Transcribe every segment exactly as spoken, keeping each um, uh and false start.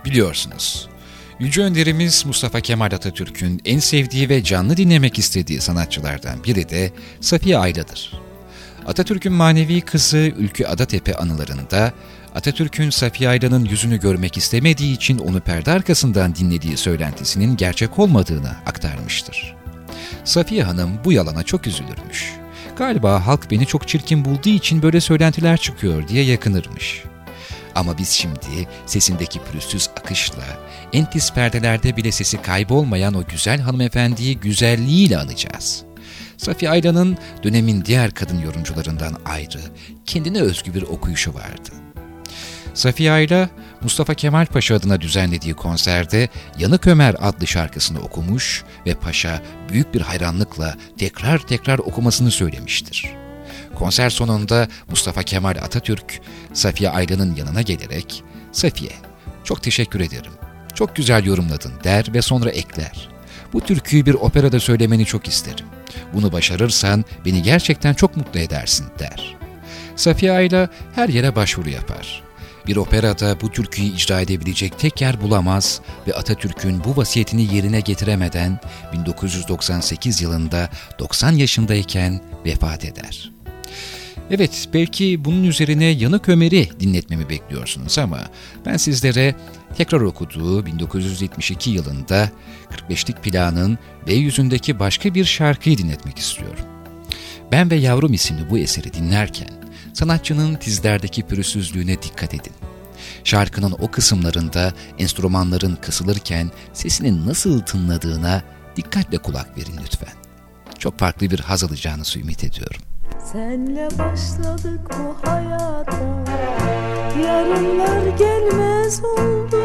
Biliyorsunuz, Yüce Önderimiz Mustafa Kemal Atatürk'ün en sevdiği ve canlı dinlemek istediği sanatçılardan biri de Safiye Ayla'dır. Atatürk'ün manevi kızı Ülkü Adatepe anılarında Atatürk'ün Safiye Ayla'nın yüzünü görmek istemediği için onu perde arkasından dinlediği söylentisinin gerçek olmadığını aktarmıştır. Safiye Hanım bu yalana çok üzülürmüş. Galiba halk beni çok çirkin bulduğu için böyle söylentiler çıkıyor diye yakınırmış. Ama biz şimdi sesindeki pürüzsüz akışla, en pis perdelerde bile sesi kaybolmayan o güzel hanımefendiyi güzelliğiyle anacağız. Safiye Ayla'nın dönemin diğer kadın yorumcularından ayrı, kendine özgü bir okuyuşu vardı. Safiye Ayla, Mustafa Kemal Paşa adına düzenlediği konserde Yanık Ömer adlı şarkısını okumuş ve Paşa büyük bir hayranlıkla tekrar tekrar okumasını söylemiştir. Konser sonunda Mustafa Kemal Atatürk, Safiye Ayla'nın yanına gelerek, "Safiye, çok teşekkür ederim, çok güzel yorumladın" der ve sonra ekler. "Bu türküyü bir operada söylemeni çok isterim. Bunu başarırsan beni gerçekten çok mutlu edersin" der. Safiye Ayla her yere başvuru yapar. Bir operada bu türküyü icra edebilecek tek yer bulamaz ve Atatürk'ün bu vasiyetini yerine getiremeden bin dokuz yüz doksan sekiz yılında doksan yaşındayken vefat eder. Evet, belki bunun üzerine Yanık Ömer'i dinletmemi bekliyorsunuz ama ben sizlere tekrar okuduğu bin dokuz yüz yetmiş iki yılında kırk beşlik planın Beyüzü'ndeki başka bir şarkıyı dinletmek istiyorum. Ben ve Yavrum isimli bu eseri dinlerken sanatçının tizlerdeki pürüzsüzlüğüne dikkat edin. Şarkının o kısımlarında enstrümanların kısılırken sesinin nasıl tınladığına dikkatle kulak verin lütfen. Çok farklı bir haz alacağınızı ümit ediyorum. Senle başladık bu hayata, yarınlar gelmez oldu.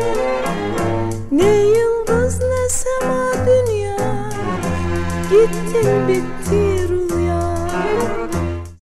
Ne yıldız ne sema dünya, gittin bitti ruh.